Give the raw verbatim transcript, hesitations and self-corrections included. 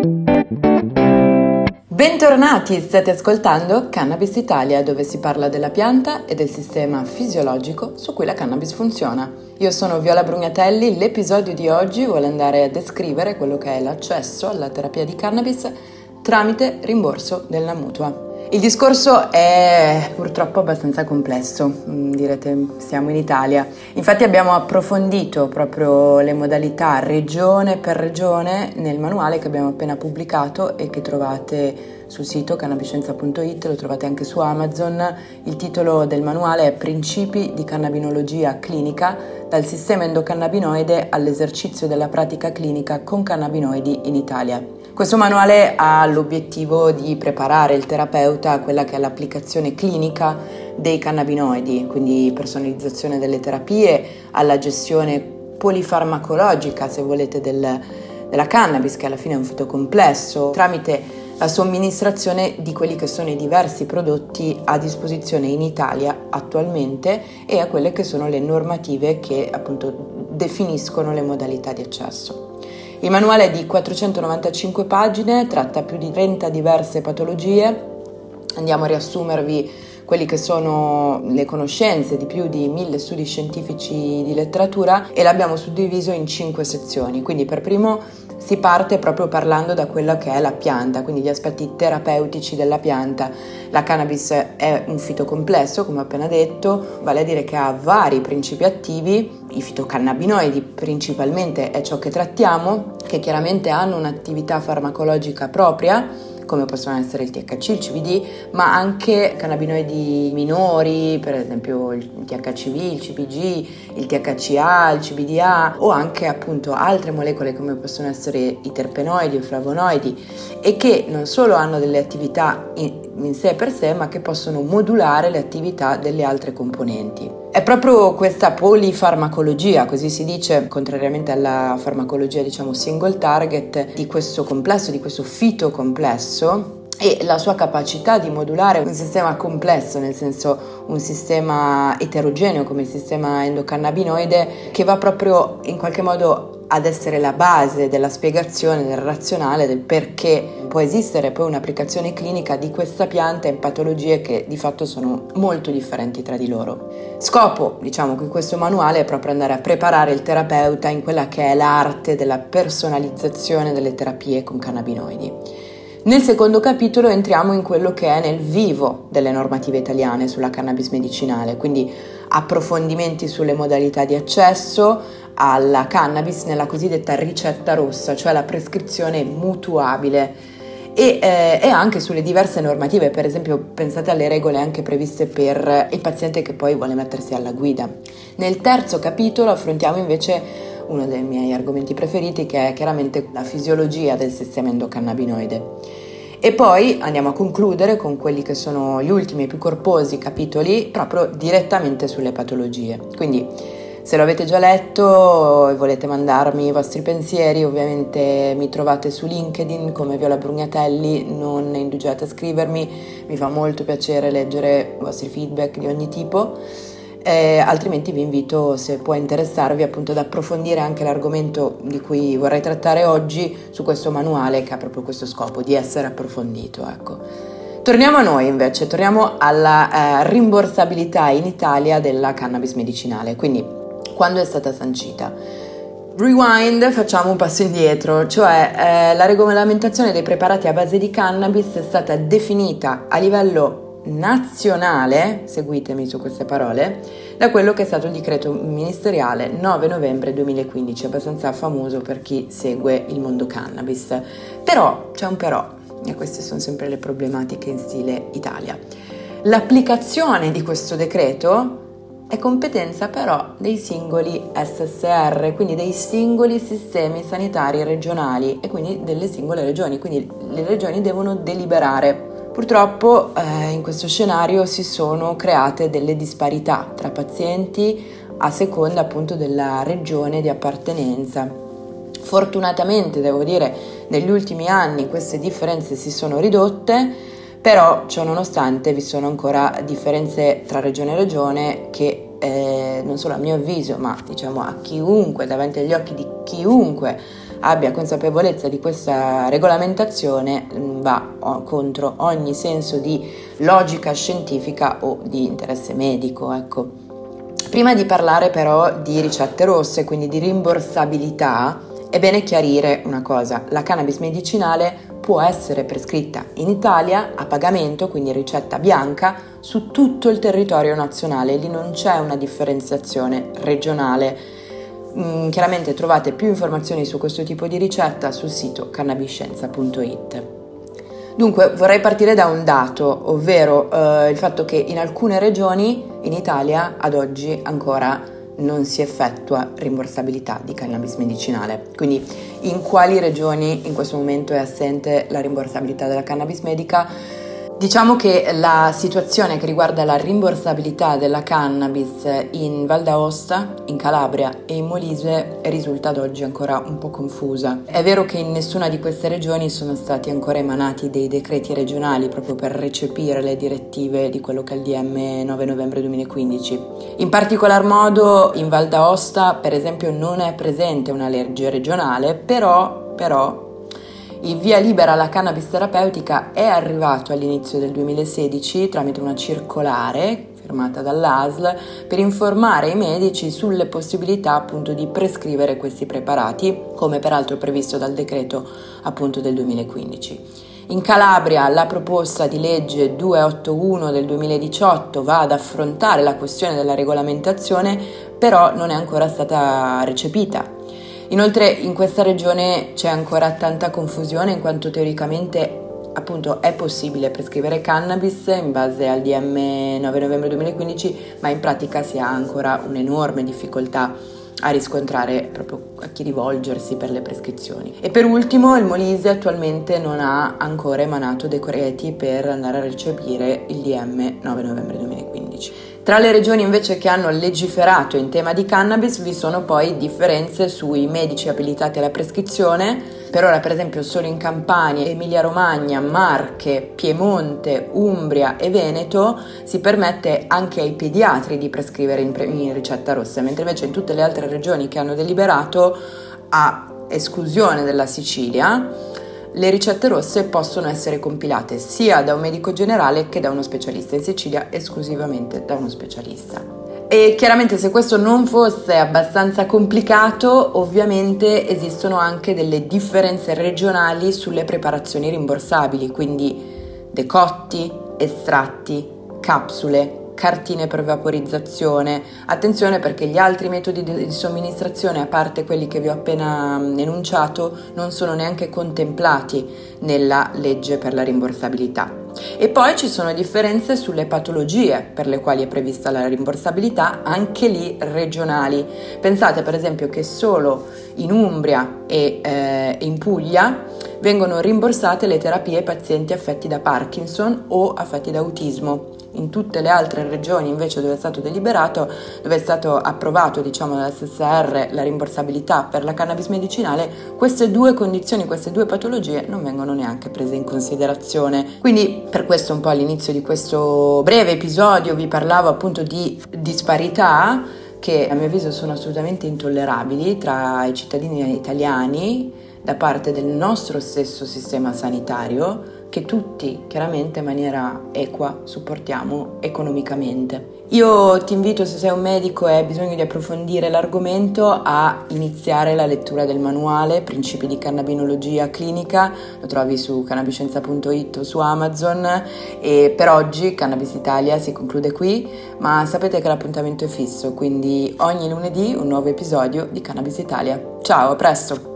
Bentornati, state ascoltando Cannabis Italia, dove si parla della pianta e del sistema fisiologico su cui la cannabis funziona. Io sono Viola Brugnatelli, l'episodio di oggi vuole andare a descrivere quello che è l'accesso alla terapia di cannabis tramite rimborso della mutua. Il discorso è purtroppo abbastanza complesso, direte siamo in Italia. Infatti abbiamo approfondito proprio le modalità regione per regione nel manuale che abbiamo appena pubblicato e che trovate sul sito cannabiscienza punto it, lo trovate anche su Amazon. Il titolo del manuale è Principi di cannabinologia clinica, dal sistema endocannabinoide all'esercizio della pratica clinica con cannabinoidi in Italia. Questo manuale ha l'obiettivo di preparare il terapeuta a quella che è l'applicazione clinica dei cannabinoidi, quindi personalizzazione delle terapie, alla gestione polifarmacologica, se volete, del, della cannabis, che alla fine è un fito complesso, tramite la somministrazione di quelli che sono i diversi prodotti a disposizione in Italia attualmente e a quelle che sono le normative che appunto definiscono le modalità di accesso. Il manuale è di quattrocentonovantacinque pagine, tratta più di trenta diverse patologie. Andiamo a riassumervi quelli che sono le conoscenze di più di mille studi scientifici di letteratura e l'abbiamo suddiviso in cinque sezioni. Quindi per primo si parte proprio parlando da quella che è la pianta, quindi gli aspetti terapeutici della pianta. La cannabis è un fito complesso, come ho appena detto, vale a dire che ha vari principi attivi. I fitocannabinoidi principalmente è ciò che trattiamo, che chiaramente hanno un'attività farmacologica propria, come possono essere il T H C, il C B D, ma anche cannabinoidi minori, per esempio il T H C V, il C B G, il T H C A, il C B D A, o anche appunto altre molecole come possono essere i terpenoidi o i flavonoidi, e che non solo hanno delle attività in, in sé per sé, ma che possono modulare le attività delle altre componenti. È proprio questa polifarmacologia, così si dice, contrariamente alla farmacologia diciamo single target, di questo complesso, di questo fito complesso, e la sua capacità di modulare un sistema complesso, nel senso un sistema eterogeneo come il sistema endocannabinoide, che va proprio in qualche modo ad essere la base della spiegazione, del razionale, del perché può esistere poi un'applicazione clinica di questa pianta in patologie che di fatto sono molto differenti tra di loro. Scopo, diciamo, di questo manuale è proprio andare a preparare il terapeuta in quella che è l'arte della personalizzazione delle terapie con cannabinoidi. Nel secondo capitolo entriamo in quello che è nel vivo delle normative italiane sulla cannabis medicinale, quindi approfondimenti sulle modalità di accesso alla cannabis nella cosiddetta ricetta rossa, cioè la prescrizione mutuabile, e, eh, e anche sulle diverse normative. Per esempio pensate alle regole anche previste per il paziente che poi vuole mettersi alla guida. Nel terzo capitolo affrontiamo invece uno dei miei argomenti preferiti, che è chiaramente la fisiologia del sistema endocannabinoide. E poi andiamo a concludere con quelli che sono gli ultimi e più corposi capitoli proprio direttamente sulle patologie. Quindi se lo avete già letto e volete mandarmi i vostri pensieri, ovviamente mi trovate su LinkedIn come Viola Brugnatelli, non indugiate a scrivermi, mi fa molto piacere leggere i vostri feedback di ogni tipo. Eh, altrimenti vi invito, se può interessarvi, appunto ad approfondire anche l'argomento di cui vorrei trattare oggi su questo manuale, che ha proprio questo scopo di essere approfondito, ecco. Torniamo a noi invece, torniamo alla eh, rimborsabilità in Italia della cannabis medicinale. Quindi, quando è stata sancita? Rewind, facciamo un passo indietro, cioè eh, la regolamentazione dei preparati a base di cannabis è stata definita a livello nazionale, seguitemi su queste parole, da quello che è stato il decreto ministeriale nove novembre duemilaquindici, abbastanza famoso per chi segue il mondo cannabis. Però, c'è un però, e queste sono sempre le problematiche in stile Italia. L'applicazione di questo decreto è competenza però dei singoli S S R, quindi dei singoli sistemi sanitari regionali e quindi delle singole regioni, quindi le regioni devono deliberare. Purtroppo eh, in questo scenario si sono create delle disparità tra pazienti a seconda appunto della regione di appartenenza. Fortunatamente, devo dire, negli ultimi anni queste differenze si sono ridotte, però ciò nonostante vi sono ancora differenze tra regione e regione che eh, non solo a mio avviso, ma diciamo a chiunque, davanti agli occhi di chiunque abbia consapevolezza di questa regolamentazione va contro ogni senso di logica scientifica o di interesse medico, ecco. Prima di parlare però di ricette rosse, quindi di rimborsabilità, è bene chiarire una cosa: la cannabis medicinale può essere prescritta in Italia a pagamento, quindi ricetta bianca, su tutto il territorio nazionale. Lì non c'è una differenziazione regionale. Mm, chiaramente trovate più informazioni su questo tipo di ricetta sul sito cannabiscienza punto it. Dunque vorrei partire da un dato, ovvero eh, il fatto che in alcune regioni in Italia ad oggi ancora non si effettua rimborsabilità di cannabis medicinale. Quindi in quali regioni in questo momento è assente la rimborsabilità della cannabis medica? Diciamo che la situazione che riguarda la rimborsabilità della cannabis in Val d'Aosta, in Calabria e in Molise risulta ad oggi ancora un po' confusa. È vero che in nessuna di queste regioni sono stati ancora emanati dei decreti regionali proprio per recepire le direttive di quello che è il D M nove novembre duemilaquindici. In particolar modo in Val d'Aosta, per esempio, non è presente una legge regionale, però, però il via libera alla cannabis terapeutica è arrivato all'inizio del duemilasedici tramite una circolare firmata dall'A S L per informare i medici sulle possibilità appunto di prescrivere questi preparati, come peraltro previsto dal decreto appunto del duemilaquindici. In Calabria la proposta di legge duecentottantuno del duemiladiciotto va ad affrontare la questione della regolamentazione, però non è ancora stata recepita. Inoltre in questa regione c'è ancora tanta confusione, in quanto teoricamente appunto è possibile prescrivere cannabis in base al D M nove novembre duemilaquindici, ma in pratica si ha ancora un'enorme difficoltà a riscontrare proprio a chi rivolgersi per le prescrizioni. E per ultimo il Molise attualmente non ha ancora emanato decreti per andare a recepire il D M nove novembre duemilaquindici. Tra le regioni invece che hanno legiferato in tema di cannabis vi sono poi differenze sui medici abilitati alla prescrizione. Per ora, per esempio, solo in Campania, Emilia-Romagna, Marche, Piemonte, Umbria e Veneto si permette anche ai pediatri di prescrivere in, pre- in ricetta rossa, mentre invece in tutte le altre regioni che hanno deliberato, a esclusione della Sicilia, le ricette rosse possono essere compilate sia da un medico generale che da uno specialista, in Sicilia esclusivamente da uno specialista. E chiaramente, se questo non fosse abbastanza complicato, ovviamente esistono anche delle differenze regionali sulle preparazioni rimborsabili, quindi decotti, estratti, capsule, cartine per vaporizzazione. Attenzione, perché gli altri metodi di somministrazione, a parte quelli che vi ho appena enunciato, non sono neanche contemplati nella legge per la rimborsabilità. E poi ci sono differenze sulle patologie per le quali è prevista la rimborsabilità, anche lì regionali. Pensate per esempio che solo in Umbria e eh, in Puglia vengono rimborsate le terapie ai pazienti affetti da Parkinson o affetti da autismo. In tutte le altre regioni invece dove è stato deliberato, dove è stato approvato diciamo dall'S S R la rimborsabilità per la cannabis medicinale, queste due condizioni, queste due patologie non vengono neanche prese in considerazione. Quindi per questo un po' all'inizio di questo breve episodio vi parlavo appunto di disparità che a mio avviso sono assolutamente intollerabili tra i cittadini italiani da parte del nostro stesso sistema sanitario, che tutti chiaramente in maniera equa supportiamo economicamente. Io ti invito, se sei un medico e hai bisogno di approfondire l'argomento, a iniziare la lettura del manuale Principi di cannabinologia clinica. Lo trovi su cannabiscienza punto it o su Amazon. E per oggi Cannabis Italia si conclude qui, ma sapete che l'appuntamento è fisso, quindi ogni lunedì un nuovo episodio di Cannabis Italia. Ciao, a presto!